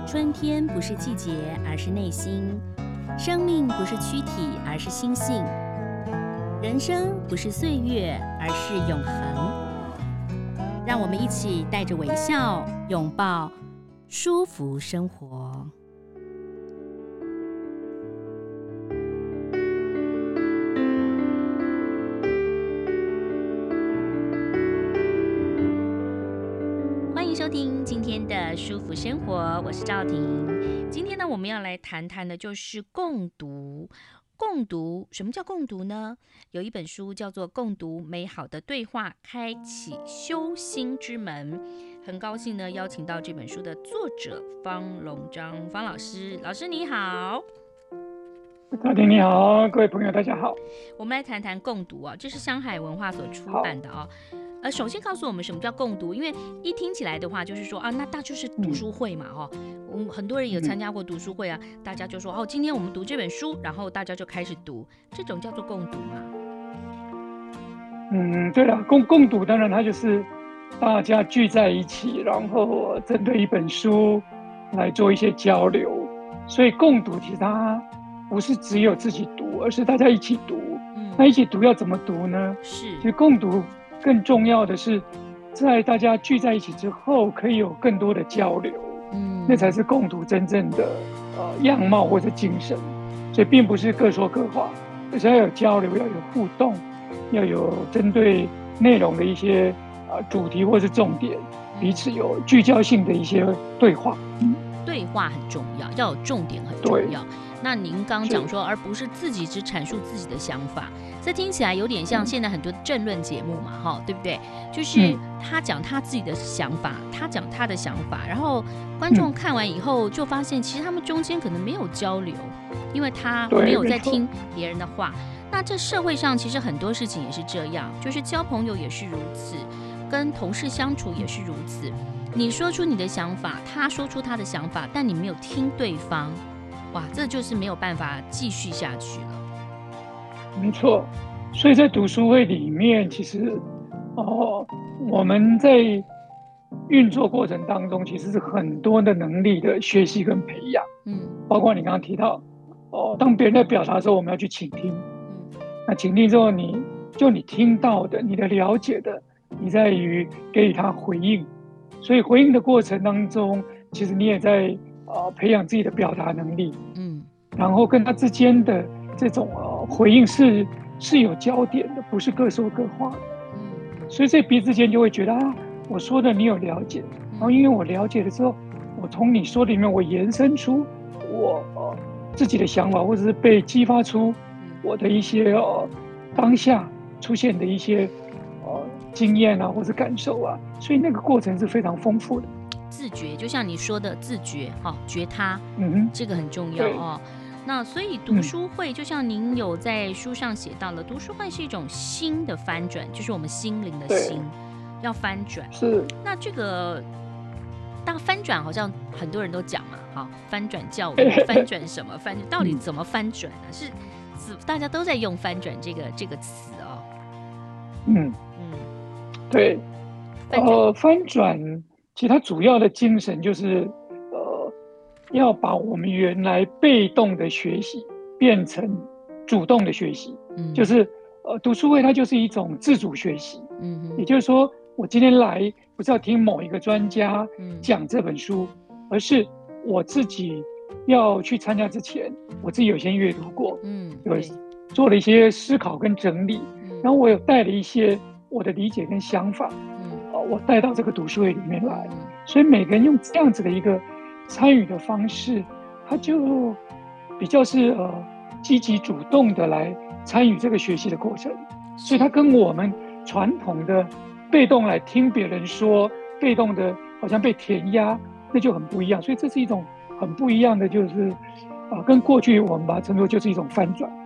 春天不是季节，而是内心；生命不是躯体，而是心性；人生不是岁月，而是永恒。让我们一起带着微笑，拥抱舒服生活。欢迎收听今天的舒服生活，我是赵婷。今天呢，我们要来谈谈的就是共读。共读，什么叫共读呢？有一本书叫做《共读美好的对话，开启修心之门》。很高兴呢，邀请到这本书的作者方龙章方老师。老师你好。 赵婷你好，各位朋友大家好。 我们来谈谈共读啊，这是香海文化所出版的啊。首先告诉我们什么叫共读，因为一听起来的话，就是说啊，那就是读书会嘛，很多人有参加过读书会啊，大家就说今天我们读这本书，然后大家就开始读，这种叫做共读嘛。 对了，共读当然它就是大家聚在一起，然后针对一本书来做一些交流，所以共读其实它不是只有自己读，而是大家一起读。那一起读要怎么读呢？其实共读更重要的是，在大家聚在一起之后，可以有更多的交流，那才是共读真正的样貌或者精神。所以并不是各说各话，而是要有交流，要有互动，要有针对内容的一些主题或是重点，彼此有聚焦性的一些对话。 对话很重要，要有重点很重要。那您刚讲说，而不是自己只阐述自己的想法，这听起来有点像现在很多政论节目嘛，对不对？就是他讲他自己的想法，他讲他的想法，然后观众看完以后就发现，其实他们中间可能没有交流，因为他没有在听别人的话。那这社会上其实很多事情也是这样，就是交朋友也是如此，跟同事相处也是如此。你说出你的想法，他说出他的想法，但你没有听对方，哇，这就是没有办法继续下去了。 没错，所以在读书会里面，其实我们在运作过程当中，其实是很多的能力的学习跟培养。包括你刚刚提到，当别人在表达的时候，我们要去倾听。那倾听之后，你听到的，你的了解的，你在于给予他回应。所以回应的过程当中，其实你也在培养自己的表达能力。然后跟他之间的这种回应是有焦点的，不是各说各话的。所以这彼此之间就会觉得我说的你有了解，然后因为我了解了之后，我从你说的里面我延伸出我自己的想法，或者是被激发出我的一些当下出现的一些经验啊，或者感受啊，所以那个过程是非常丰富的。 自觉，就像你说的自觉，觉他，这个很重要哦。那所以读书会，就像您有在书上写到了，读书会是一种心的翻转，就是我们心灵的心要翻转。 是。 那这个当翻转，好像很多人都讲嘛，翻转教育，翻转什么？翻到底怎么翻转呢？是大家都在用翻转这个词哦。 对。翻转其实它主要的精神就是要把我们原来被动的学习变成主动的学习。就是读书会它就是一种自主学习。也就是说，我今天来不是要听某一个专家讲这本书，而是我自己要去参加之前，我自己有先阅读过，有做了一些思考跟整理，然后我有带了一些我的理解跟想法，我带到这个读书会里面来。所以每个人用这样子的一个参与的方式，他就比较是积极主动的来参与这个学习的过程。所以他跟我们传统的被动来听别人说，被动的好像被填压，那就很不一样。所以这是一种很不一样的，就是跟过去我们把它称作就是一种翻转。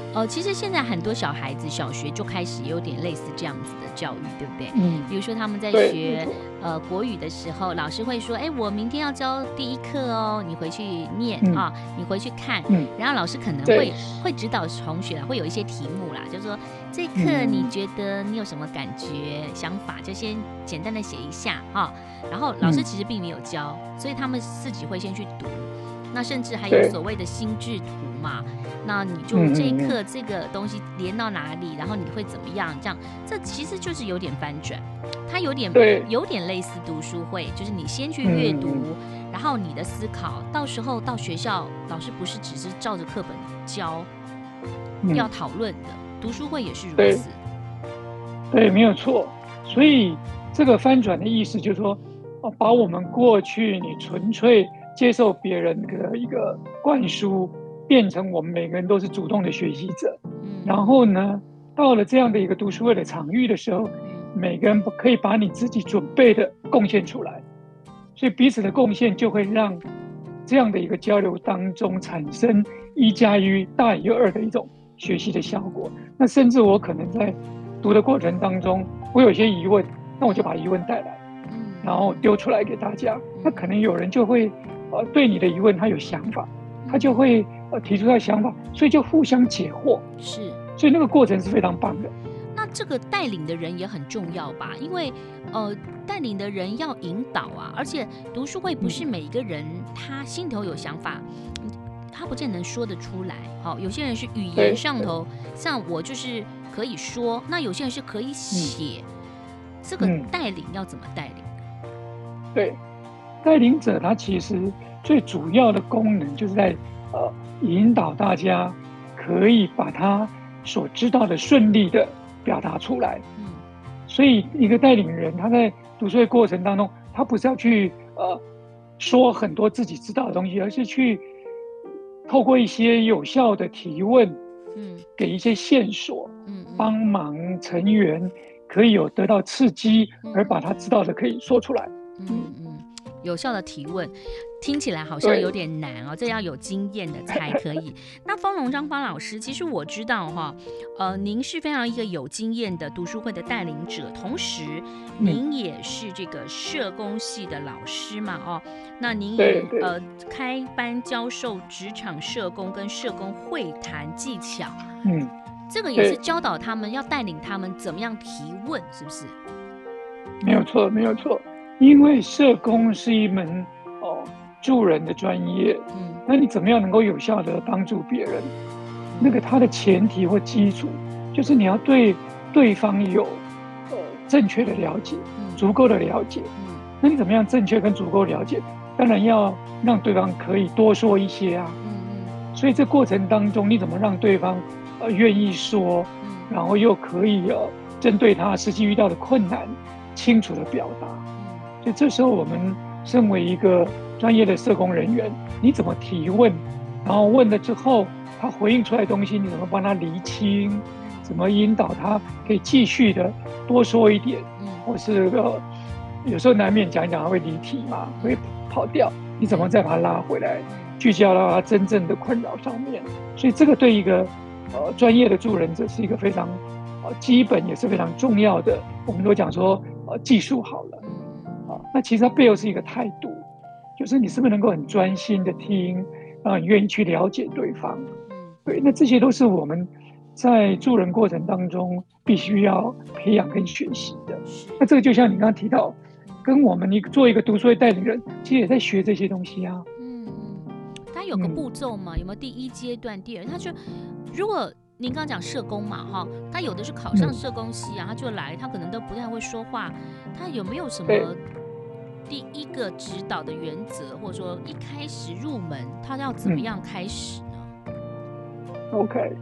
其实现在很多小孩子小学就开始有点类似这样子的教育，对不对？比如说他们在学国语的时候，老师会说，我明天要教第一课哦，你回去念啊，你回去看，然后老师可能会指导同学会有一些题目啦，就是说这课你觉得你有什么感觉、想法，就先简单的写一下哈。然后老师其实并没有教，所以他们自己会先去读。那甚至还有所谓的心智图嘛，那你就这一课这个东西连到哪里，然后你会怎么样？这样，这其实就是有点翻转，它有点类似读书会，就是你先去阅读，然后你的思考，到时候到学校，老师不是只是照着课本教，要讨论的，读书会也是如此。 对，没有错。所以这个翻转的意思就是说，把我们过去你纯粹接受别人的一个灌输，变成我们每个人都是主动的学习者。然后呢，到了这样的一个读书会的场域的时候，每个人可以把你自己准备的贡献出来，所以彼此的贡献就会让这样的一个交流当中产生1+1大于2的一种学习的效果。那甚至我可能在读的过程当中，我有些疑问，那我就把疑问带来，然后丢出来给大家。那可能有人就会对你的疑问他有想法，他就会提出他的想法，所以就互相解惑。 是， 所以那个过程是非常棒的。 那这个带领的人也很重要吧？因为带领的人要引导啊，而且读书会不是每一个人他心头有想法，他不见得能说得出来。好，有些人是语言上头，像我就是可以说，那有些人是可以写。这个带领要怎么带领？ 对，带领者他其实最主要的功能就是在引导大家可以把他所知道的顺利的表达出来。所以一个带领人他在读书的过程当中，他不是要去说很多自己知道的东西，而是去透过一些有效的提问，给一些线索，帮忙成员可以有得到刺激，而把他知道的可以说出来。 有效的提问听起来好像有点难哦，这要有经验的才可以。那方荣章方老师，其实我知道哈，您是非常一个有经验的读书会的带领者，同时您也是这个社工系的老师嘛，哦，那您也开班教授职场社工跟社工会谈技巧，这个也是教导他们要带领他们怎么样提问，是不是？ 没有错，没有错。因为社工是一门助人的专业，那你怎么样能够有效的帮助别人？那个它的前提或基础，就是你要对对方有正确的了解，足够的了解。那你怎么样正确跟足够了解？当然要让对方可以多说一些啊。所以这过程当中，你怎么让对方愿意说，然后又可以针对他实际遇到的困难，清楚的表达。所以这时候我们身为一个专业的社工人员，你怎么提问，然后问了之后他回应出来的东西，你怎么帮他厘清，怎么引导他可以继续的多说一点，或是有时候难免讲一讲他会离题嘛，会跑掉，你怎么再把他拉回来，聚焦到他真正的困扰上面。所以这个对一个专业的助人者是一个非常基本也是非常重要的。我们都讲说技术好了，那其实它背后是一个态度，就是你是不是能够很专心的听，然后你愿意去了解对方。对，那这些都是我们在助人过程当中必须要培养跟学习的。那这个就像你刚刚提到，跟我们做一个读书会带领人，其实也在学这些东西啊。 它有个步骤嘛？有没有第一阶段、第二？他就如果您刚刚讲社工嘛，哈，他有的是考上社工系啊，他就来，他可能都不太会说话，他有没有什么第一个指导的原则，或者说一开始入门，他要怎么样开始呢 ？OK，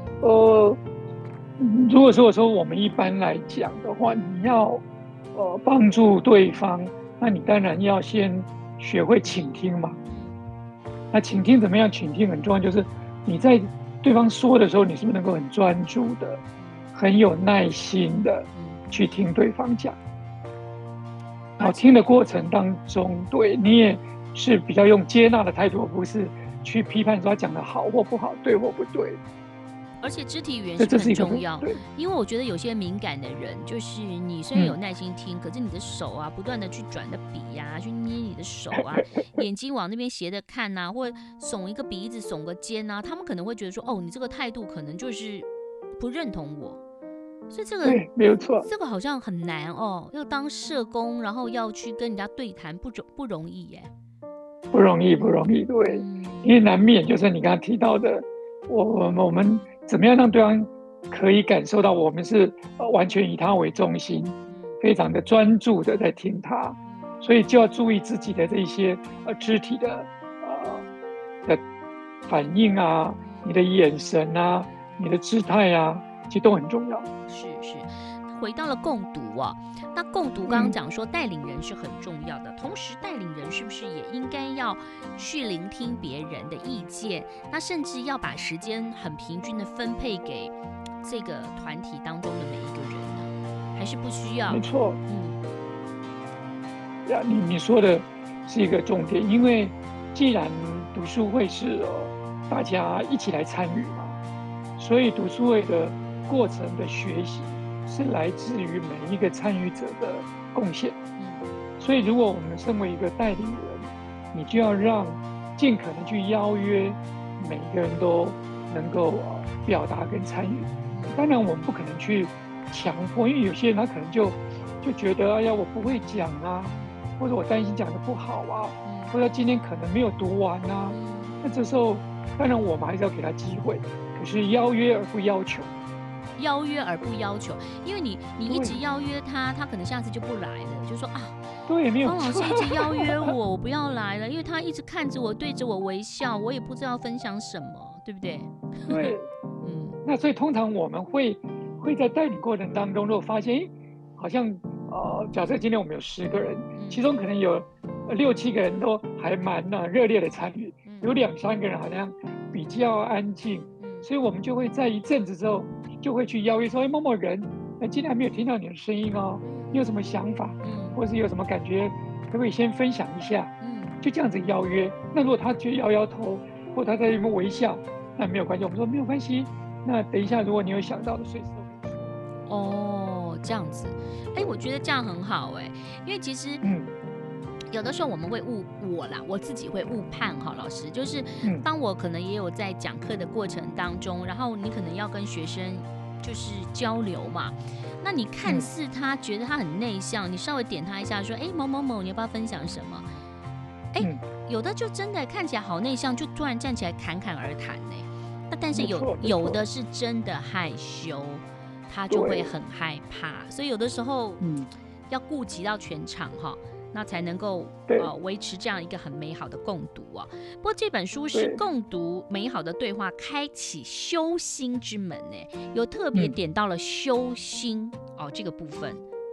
如果说我们一般来讲的话，你要帮助对方，那你当然要先学会倾听嘛。那倾听怎么样？倾听很重要，就是你在对方说的时候，你是不是能够很专注的、很有耐心的去听对方讲？然后听的过程当中，对你也是比较用接纳的态度，而不是去批判说他讲的好或不好，对或不对。 而且肢体语言是很重要，因为我觉得有些敏感的人，就是你虽然有耐心听，可是你的手啊，不断的去转的笔呀、去捏你的手啊，眼睛往那边斜着看啊，或者耸一个鼻子、耸个肩啊，他们可能会觉得说，哦，你这个态度可能就是不认同我，所以这个对，没有错， 这个好像很难哦，要当社工，然后要去跟人家对谈，不容易耶， 不容易，对，因为难免就是你刚刚提到的，我们怎么样让对方可以感受到我们是完全以他为中心，非常的专注的在听他，所以就要注意自己的这些肢体的反应啊，你的眼神啊，你的姿态啊，其实都很重要。 是，回到了共读啊，那共读刚刚讲说带领人是很重要的，同时带领人是不是也应该要去聆听别人的意见？那甚至要把时间很平均的分配给这个团体当中的每一个人呢？还是不需要？ 没错，你说的是一个重点，因为既然读书会是大家一起来参与嘛，所以读书会的过程的学习是来自于每一个参与者的贡献。所以如果我们身为一个带领人，你就要让尽可能去邀约每一个人都能够表达跟参与。当然我们不可能去强迫，因为有些人他可能就觉得哎呀我不会讲啊，或者我担心讲的不好啊，或者今天可能没有读完啊，那这时候当然我们还是要给他机会，可是邀约而不要求。 邀约而不要求，因为你一直邀约他，他可能下次就不来了，就说啊， 对，没有方老师一直邀约我，我不要来了，因为他一直看着我，对着我微笑，我也不知道分享什么，对不对？ 对，那所以通常我们会在带领过程当中，如果发现，好像假设今天我们有10个人，其中可能有6、7个人都还蛮热烈的参与，有2、3个人好像比较安静，所以我们就会在一阵子之后。就会去邀约说，某某人，今天还没有听到你的声音哦，你有什么想法，或是有什么感觉，可不可以先分享一下？就这样子邀约。那如果他觉得摇摇头，或他在那边微笑，那没有关系。我们说没有关系。那等一下，如果你有想到的，随时都可以说。 哦，这样子，我觉得这样很好因为其实有的时候我们会我自己会误判哈，老师就是当我可能也有在讲课的过程当中，然后你可能要跟学生就是交流嘛，那你看似他觉得他很内向，你稍微点他一下说，某某某，你要不要分享什么？有的就真的看起来好内向，就突然站起来侃侃而谈那但是有的是真的害羞，他就会很害怕，所以有的时候要顾及到全场哈。那才能够维持这样一个很美好的共读啊。不过这本书是共读美好的对话，开启修心之门有特别点到了修心这个部分。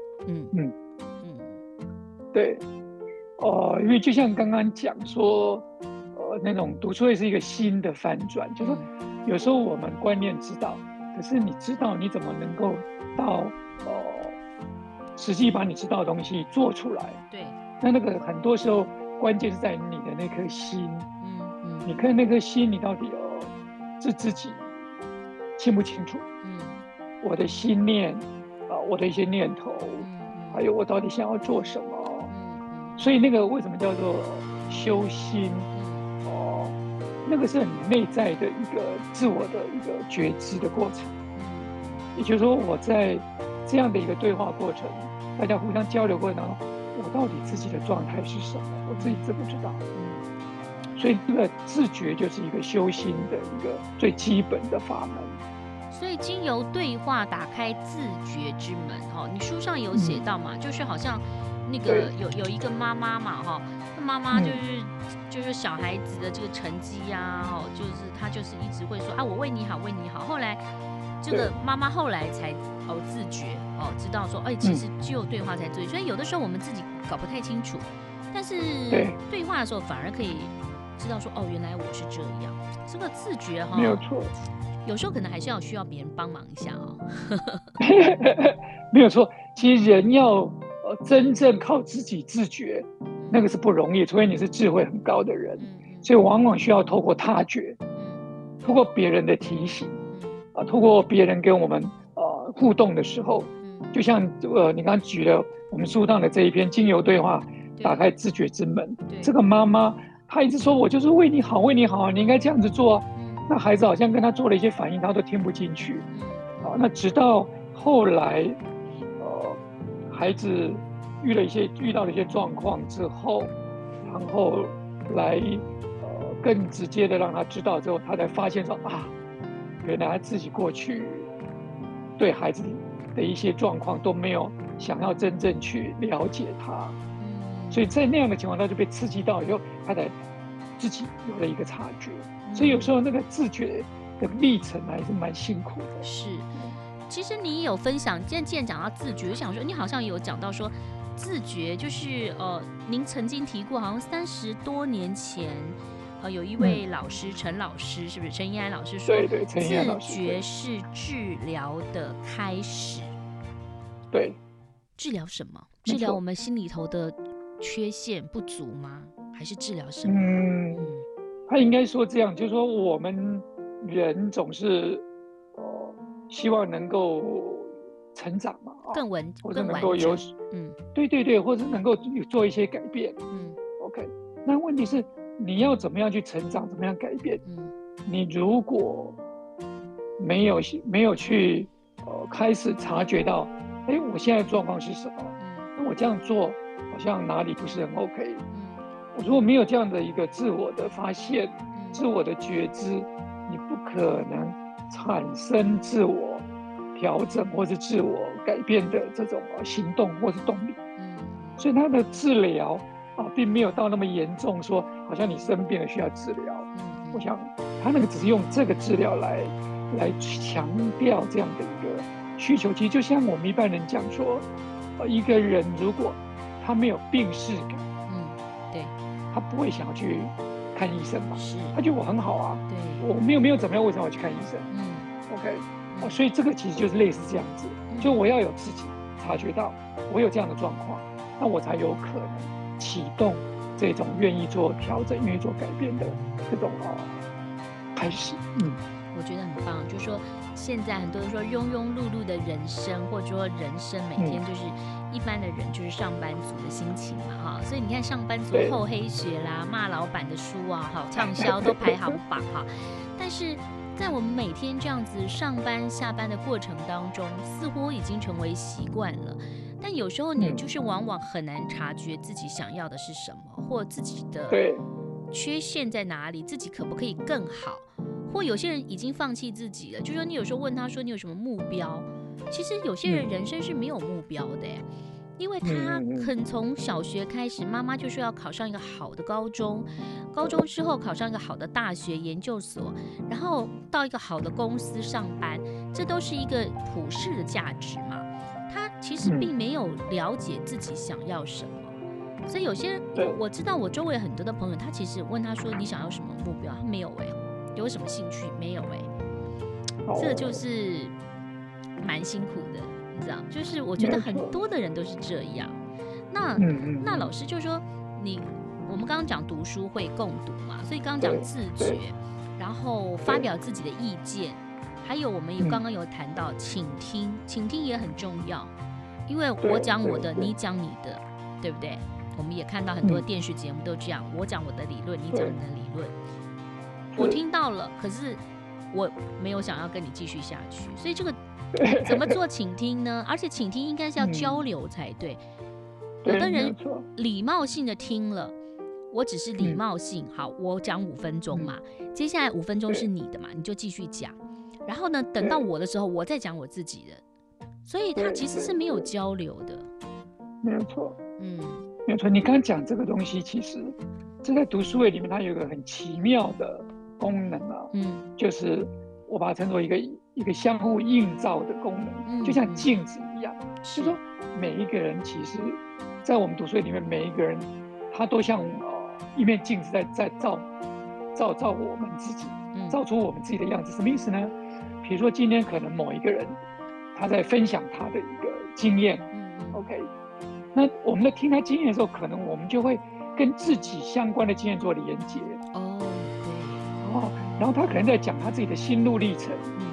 对，因为就像刚刚讲说，那种读书会是一个新的翻转，就是说有时候我们观念知道，可是你知道你怎么能够到实际把你知道的东西做出来。 对， 那个很多时候关键是在你的那颗心。你看那颗心，你到底自己清不清楚？我的心念我的一些念头，还有我到底想要做什么？所以那个为什么叫做修心？那个是很内在的一个自我的一个觉知的过程。也就是说，我在这样的一个对话过程，大家互相交流过程当中，我到底自己的状态是什么，我自己知不知道？所以这个自觉就是一个修心的一个最基本的法门。 所以经由对话打开自觉之门你书上有写到嘛，就是好像那个有一个妈妈嘛妈妈就是小孩子的这个成绩啊就是她就是一直会说啊我为你好为你好，后来这个妈妈后来才自觉知道说其实只有对话才对，所以有的时候我们自己搞不太清楚，但是对话的时候反而可以知道说原来我是这样，这个自觉没有错， 有时候可能还是需要别人帮忙一下没有错，其实人要真正靠自己自觉，那个是不容易，除非你是智慧很高的人，所以往往需要透过他觉，透过别人的提醒透过别人跟我们互动的时候，就像你刚刚举了我们书上的这一篇精油对话，打开自觉之门。这个妈妈她一直说我就是为你好，为你好，你应该这样子做。那孩子好像跟他做了一些反应，他都听不进去。那直到后来，孩子遇到了一些状况之后，然后来更直接的让他知道之后，他才发现说原来他自己过去对孩子的一些状况都没有想要真正去了解他，所以在那样的情况，他就被刺激到以后，他才自己有了一个察觉。所以有时候那个自觉的历程还是蛮辛苦的。 是，其实你有分享，既然讲到自觉，我想说你好像有讲到说自觉就是您曾经提过，好像30多年前。有一位老师陈老师，是不是陈怡安老师说， 对，陈怡安老师， 自觉是治疗的开始。 对， 治疗什么？治疗我们心里头的缺陷不足吗？还是治疗什么？ 他应该说这样，就是说我们人总是希望能够成长嘛， 更完或者能够有对，或者能够做一些改变。OK， 那问题是。你要怎么样去成长，怎么样改变？你如果没有去开始察觉到，我现在的状况是什么？那我这样做好像哪里不是很 OK？我如果没有这样的一个自我的发现、自我的觉知，你不可能产生自我调整或是自我改变的这种行动或是动力。所以他的治疗。并没有到那么严重，说好像你生病了需要治疗。我想他那个只是用这个治疗来强调这样的一个需求。其实就像我们一般人讲说，一个人如果他没有病识感， 对， 他不会想要去看医生嘛。他觉得我很好啊， 对， 我没有怎么样，为什么要去看医生？OK，所以这个其实就是类似这样子，就我要有自己察觉到我有这样的状况，那我才有可能。启动这种愿意做调整、愿意做改变的这种开始。 我觉得很棒。就是说，现在很多人说庸庸碌碌的人生，或者说人生每天就是一般的人就是上班族的心情嘛，所以你看上班族厚黑学啦、骂老板的书啊，畅销都排行榜哈。但是在我们每天这样子上班下班的过程当中，似乎已经成为习惯了。但有时候你就是往往很难察觉自己想要的是什么，或自己的缺陷在哪里，自己可不可以更好，或有些人已经放弃自己了。就说你有时候问他说你有什么目标，其实有些人人生是没有目标的，因为他肯从小学开始，妈妈就说要考上一个好的高中，高中之后考上一个好的大学研究所，然后到一个好的公司上班，这都是一个普世的价值嘛。他其实并没有了解自己想要什么，所以有些人我知道我周围很多的朋友，他其实问他说你想要什么目标，他没有有什么兴趣没有这个就是蛮辛苦的，你知道，就是我觉得很多的人都是这样。那老师就说我们刚刚讲读书会共读嘛，所以刚刚讲自觉，然后发表自己的意见。还有我们刚刚有谈到倾听，倾听也很重要，因为我讲我的，你讲你的，对不对？我们也看到很多电视节目都这样，我讲我的理论，你讲你的理论，我听到了，可是我没有想要跟你继续下去，所以这个怎么做倾听呢？而且倾听应该是要交流才对。有的人礼貌性的听了，我只是礼貌性，好，我讲5分钟嘛，接下来5分钟是你的嘛，你就继续讲。然后呢，等到我的时候，我再讲我自己的，所以它其实是没有交流的。 没有错，没有错。你刚刚讲这个东西，其实这在读书会里面，它有一个很奇妙的功能啊，就是我把它称作一个相互映照的功能，就像镜子一样。就是说，每一个人其实，在我们读书会里面，每一个人他都像一面镜子在照我们自己，照出我们自己的样子。什么意思呢？比如说今天可能某一个人他在分享他的一个经验，OK， 那我们在听他经验的时候，可能我们就会跟自己相关的经验做连结。然后他可能在讲他自己的心路历程，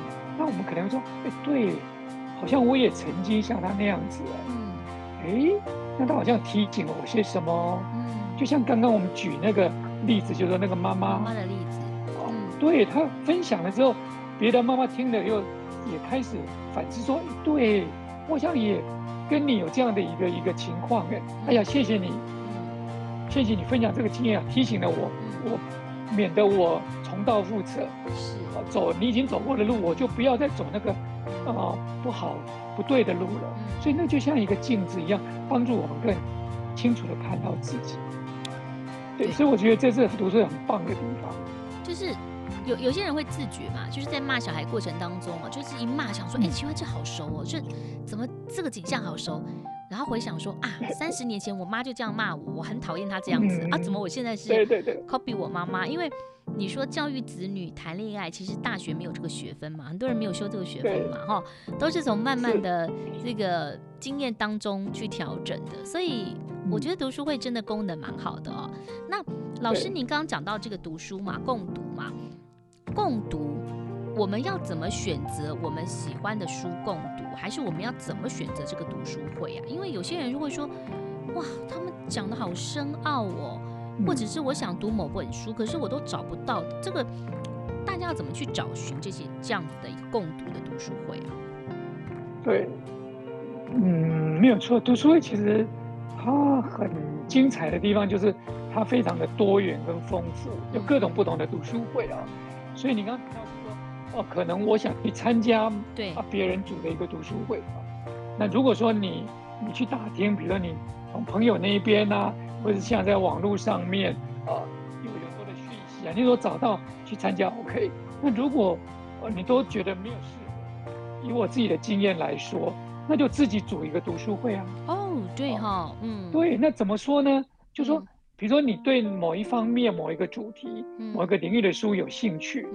那我们可能会说，哎，对，好像我也曾经像他那样子，哎，那他好像提醒了我些什么？就像刚刚我们举那个例子，就是说那个妈妈的例子， 对他分享了之后，别的妈妈听了也开始反思说，对，我想也跟你有这样的一个情况，哎呀，谢谢你，谢谢你分享这个经验，提醒了我免得我重蹈覆辙，走你已经走过的路，我就不要再走那个不好不对的路了。所以那就像一个镜子一样，帮助我们更清楚的看到自己。对，所以我觉得这是读书很棒的地方。 就是有些人会自觉嘛，就是在骂小孩过程当中就是一骂想说，哎，奇怪，这好熟哦，就怎么这个景象好熟？然后回想说啊，30年前我妈就这样骂我，我很讨厌她这样子怎么我现在是 copy 我妈妈？因为你说教育子女谈恋爱，其实大学没有这个学分嘛，很多人没有修这个学分嘛，都是从慢慢的这个经验当中去调整的，所以我觉得读书会真的功能蛮好的哦。那老师，您刚刚讲到这个读书嘛，共读，我们要怎么选择我们喜欢的书共读，还是我们要怎么选择这个读书会啊？因为有些人就会说，哇，他们讲的好深奥哦，或者是我想读某本书，可是我都找不到这个，大家要怎么去找寻这样子的一个共读的读书会啊？ 对，没有错，读书会其实它很精彩的地方就是它非常的多元跟丰富，有各种不同的读书会所以你刚刚提到说，可能我想去参加别人组的一个读书会那如果说你去打听，比如说你从朋友那一边或者像在网络上面有很多的讯息你说找到去参加 OK。那如果你都觉得没有适合，以我自己的经验来说，那就自己组一个读书会对对，那怎么说呢？就说比如说你对某一方面、某一个主题、某一个领域的书有兴趣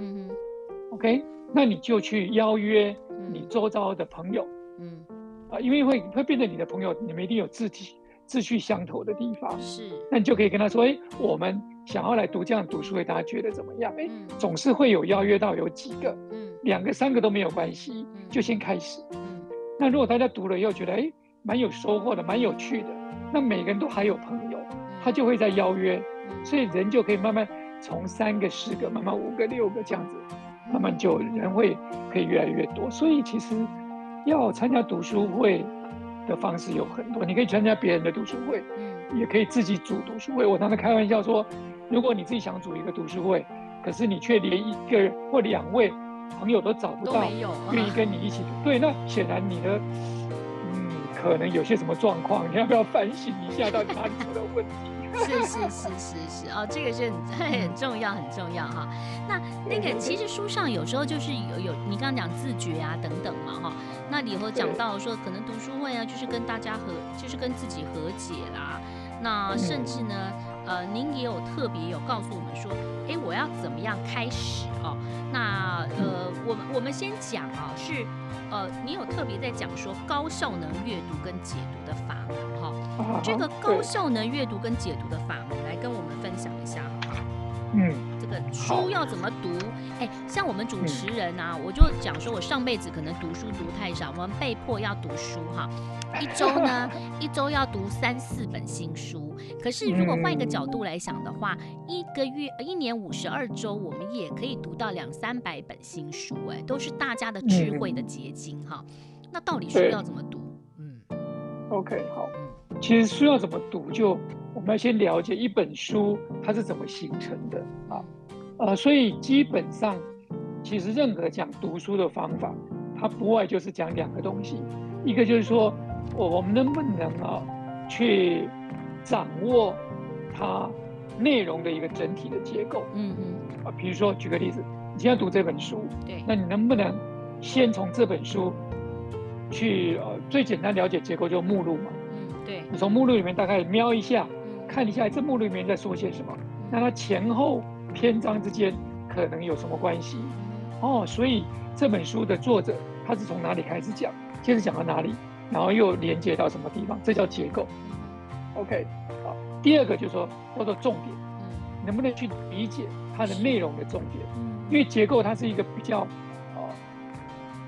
，OK， 那你就去邀约你周遭的朋友，因为会变成你的朋友，你们一定有志趣相投的地方，那你就可以跟他说，我们想要来读这样的读书会，大家觉得怎么样？总是会有邀约到有几个，2个3个都没有关系，就先开始。那如果大家读了以后觉得蛮有收获的，蛮有趣的，那每个人都还有朋友，他就会再邀约，所以人就可以慢慢从3个、4个，慢慢5个、6个这样子，慢慢就人可以越来越多。所以其实要参加读书会的方式有很多，你可以参加别人的读书会，也可以自己组读书会。我常常开玩笑说，如果你自己想组一个读书会，可是你却连1个或2位朋友都找不到愿意跟你一起读，对，那显然你的可能有些什么状况，你要不要反省一下到底哪里出了问题？ 是这个是很重要哈。那个其实书上有时候就是有你刚刚讲自觉等等嘛那里头讲到说可能读书会就是跟大家就是跟自己和解啦。那甚至呢您也有特别有告诉我们说，我要怎么样开始那我们先讲是你有特别在讲说高效能阅读跟解读的法门这个高效能阅读跟解读的法门来跟我们分享一下这个书要怎么读？像我们主持人我就讲说我上辈子可能读书读太少，我们被迫要读书一周要读3、4本新书。可是如果换一个角度来想的话，1年52周，我们也可以读到200-300本新书都是大家的智慧的结晶那到底书要怎么读 ？OK， 好。其实书要怎么读，我们要先了解一本书它是怎么形成的所以基本上其实任何讲读书的方法，它不外就是讲2个东西，一个就是说我们能不能去掌握它内容的一个整体的结构，比如说举个例子，你现在读这本书，那你能不能先从这本书去最简单了解结构，就目录嘛，你从目录里面大概瞄一下，看一下这目录里面在说些什么，那它前后篇章之间可能有什么关系所以这本书的作者他是从哪里开始讲，接着讲到哪里，然后又连接到什么地方，这叫结构。OK， 好。第二个就是说叫做重点，能不能去理解它的内容的重点？因为结构它是一个比较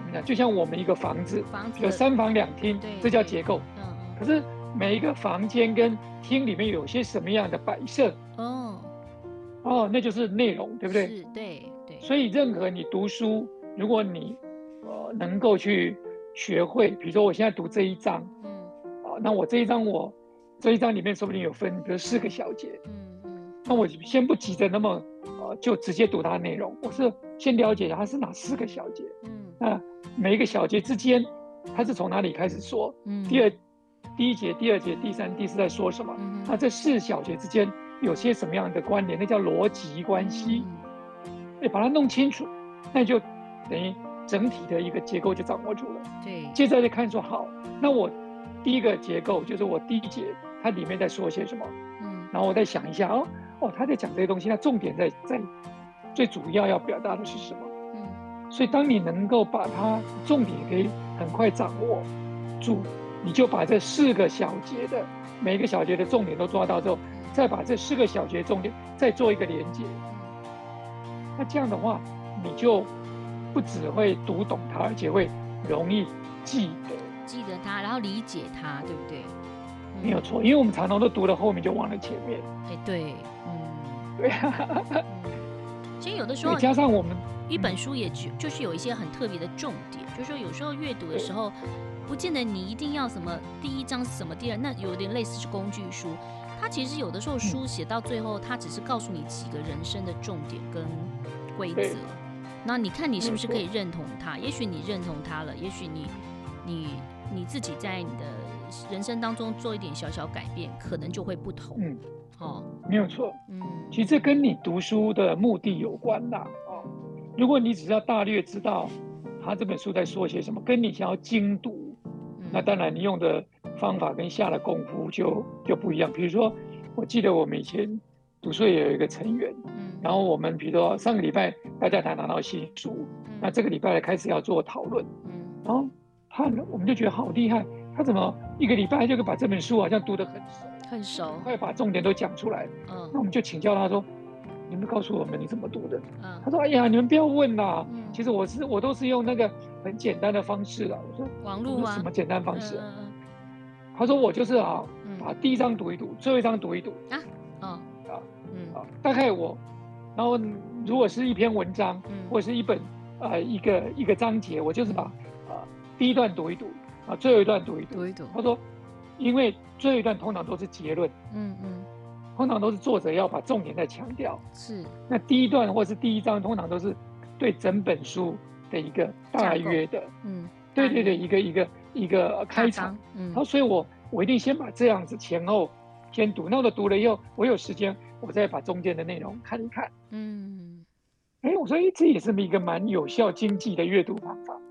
么讲？就像我们一个房子有3房2厅，这叫结构。可是每一个房间跟厅里面有些什么样的摆设，那就是内容，对不对？ 是，对。 所以任何你读书，如果你能够去学会，比如说我现在读这一章，那我这一章里面说不定有分，比如4个小节，那我先不急着那么就直接读它的内容，我是先了解它是哪4个小节，那每一个小节之间它是从哪里开始说，第一节、第2节、第3、第4在说什么，那这4小节之间有些什么样的关联，那叫逻辑关系，把它弄清楚，那就等于整体的一个结构就掌握住了。 对， 接着就看说好，那我第一个结构就是我第1节它里面在说些什么，然后我再想一下他在讲这些东西，那重点在最主要表达的是什么？所以当你能够把它重点可以很快掌握住，你就把这4个小节的每一个小节的重点都抓到之后，再把这4个小节重点再做一个连结，那这样的话，你就不只会读懂它，而且会容易记得它，然后理解它，对不对？ 没有错，因为我们常常都读到后面就忘了前面。 对， 对啊。 其实有的时候加上我们一本书也就是有一些很特别的重点，就是说有时候阅读的时候，不见得你一定要什么第1章是什么，第2那有点类似是工具书。它其实有的时候书写到最后，它只是告诉你几个人生的重点跟规则。那你看你是不是可以认同它？也许你认同它了，也许你自己在你的人生当中做一点小小改变，可能就会不同。 没有错。其实这跟你读书的目的有关啦。如果你只是要大略知道他这本书在说些什么，跟你想要精读，那当然你用的方法跟下的功夫就不一样。比如说，我记得我们以前读书也有一个成员，然后我们比如说上个礼拜大家才拿到新书，那这个礼拜开始要做讨论，然后我们就觉得好厉害，他怎么1个礼拜就把这本书好像读得很熟，快把重点都讲出来。那我们就请教他说，你们告诉我们你怎么读的？他说：“哎呀，你们不要问啦，其实我都是用那个很简单的方式啦。”我说：“ 网络吗？ 什么简单方式？”他说：“我就是把第1章读一读，最后1章读一读大概然后如果是一篇文章，或者是一本一个章节，我就是把第1段读一读，最后1段读一读。他说，因为最后1段通常都是结论，通常都是作者要把重点再强调。 是， 那第1段或是第1章通常都是对整本书的一个大约的，对，一个开场。然后所以我一定先把这样子前后先读，那我读了以后，我有时间我再把中间的内容看一看。我说这也是一个蛮有效经济的阅读方法。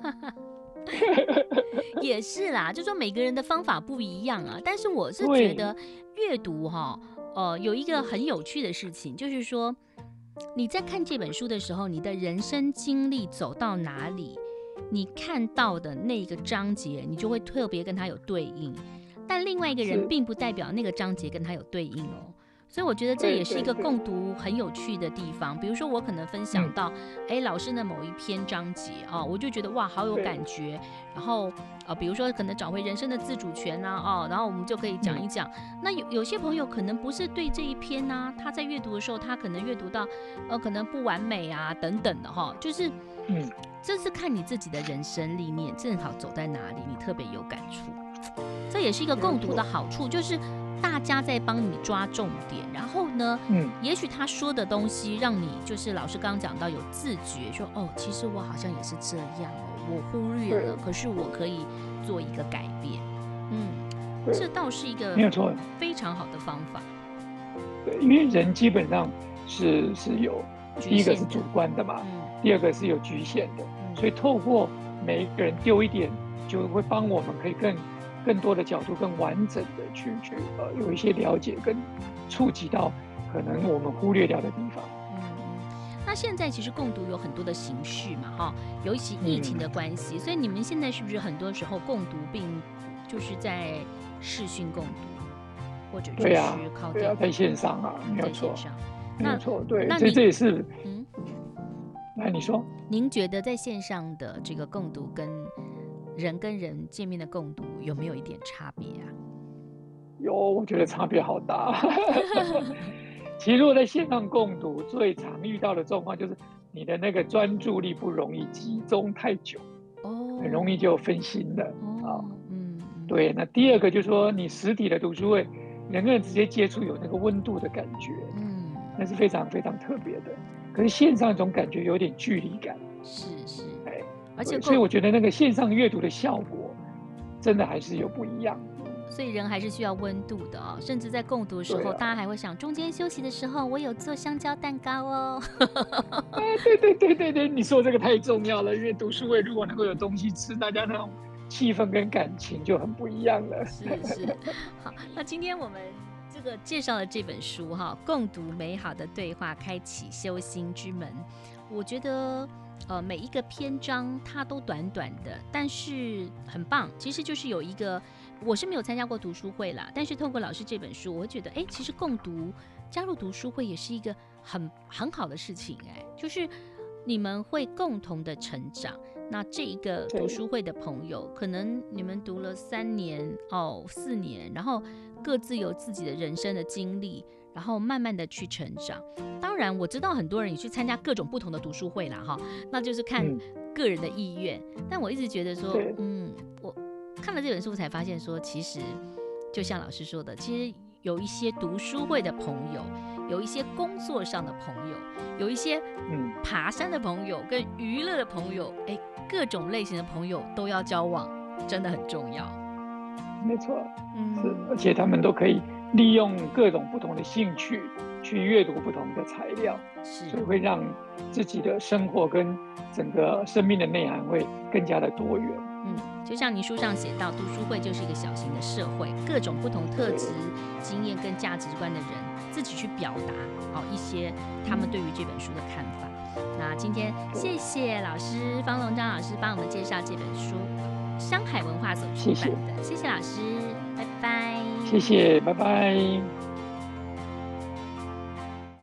也是啦，就说每个人的方法不一样啊。但是我是觉得阅读有一个很有趣的事情，就是说你在看这本书的时候，你的人生经历走到哪里，你看到的那个章节，你就会特别跟它有对应。但另外一个人并不代表那个章节跟他有对应哦。所以我觉得这也是一个共读很有趣的地方。比如说我可能分享到老师的某一篇章节我就觉得哇好有感觉，然后比如说可能找回人生的自主权啊然后我们就可以讲一讲。那有些朋友可能不是对这一篇啊，他在阅读的时候他可能阅读到可能不完美啊等等的就是这是看你自己的人生历练正好走在哪里，你特别有感触。这也是一个共读的好处，就是大家在帮你抓重点，然后呢也许他说的东西让你就是老师刚刚讲到有自觉，说其实我好像也是这样我忽略了，可是我可以做一个改变。这倒是一个没有错非常好的方法。 对，因为人基本上是有第一个是主观的嘛，第二个是有局限的，所以透过每一个人丢一点，就会帮我们可以更多的角度、更完整的去有一些了解跟触及到可能我们忽略掉的地方。 那现在其实共读有很多的形式嘛，尤其疫情的关系，所以你们现在是不是很多时候共读并就是在视讯共读，或者就是靠电脑在线上没有错，没有错，对， 那所以这也是来，你说， 您觉得在线上的这个共读跟人见面的共读有没有一点差别啊？ 有，我觉得差别好大。其实如果在线上共读，最常遇到的状况就是你的那个专注力不容易集中太久，很容易就分心了啊。对，那第二个就是说，你实体的读书会，人跟人直接接触有那个温度的感觉，那是非常非常特别的。可是线上总感觉有点距离感， 是， 哎， 而且所以我觉得那个线上阅读的效果，真的还是有不一样。 所以人还是需要温度的哦，甚至在共读的时候，大家还会想，中间休息的时候，我有做香蕉蛋糕哦。 对，你说这个太重要了，因为读书会如果能够有东西吃，大家那种气氛跟感情就很不一样了。 是，好，那今天我们这个介绍了这本书哈，共读美好的对话，开启修心之门。我觉得每一个篇章它都短短的，但是很棒。其实就是有一个，我是没有参加过读书会啦，但是透过老师这本书，我会觉得，其实共读加入读书会也是一个很好的事情，就是你们会共同的成长。那这一个读书会的朋友，可能你们读了3年4年，然后各自有自己的人生的经历，然后慢慢的去成长。当然我知道很多人也去参加各种不同的读书会啦，那就是看个人的意愿。但我一直觉得说，我看了这本书才发现说，其实就像老师说的，其实有一些读书会的朋友，有一些工作上的朋友，有一些爬山的朋友跟娱乐的朋友，各种类型的朋友都要交往，真的很重要。 没错，是，而且他们都可以利用各种不同的兴趣去阅读不同的材料，所以会让自己的生活跟整个生命的内涵会更加的多元。 就像你书上写到，读书会就是一个小型的社会，各种不同特质、经验跟价值观的人自己去表达一些他们对于这本书的看法。那今天谢谢老师方龙章老师帮我们介绍这本书，商海文化所出版的，谢谢老师，拜拜。 谢谢，拜拜。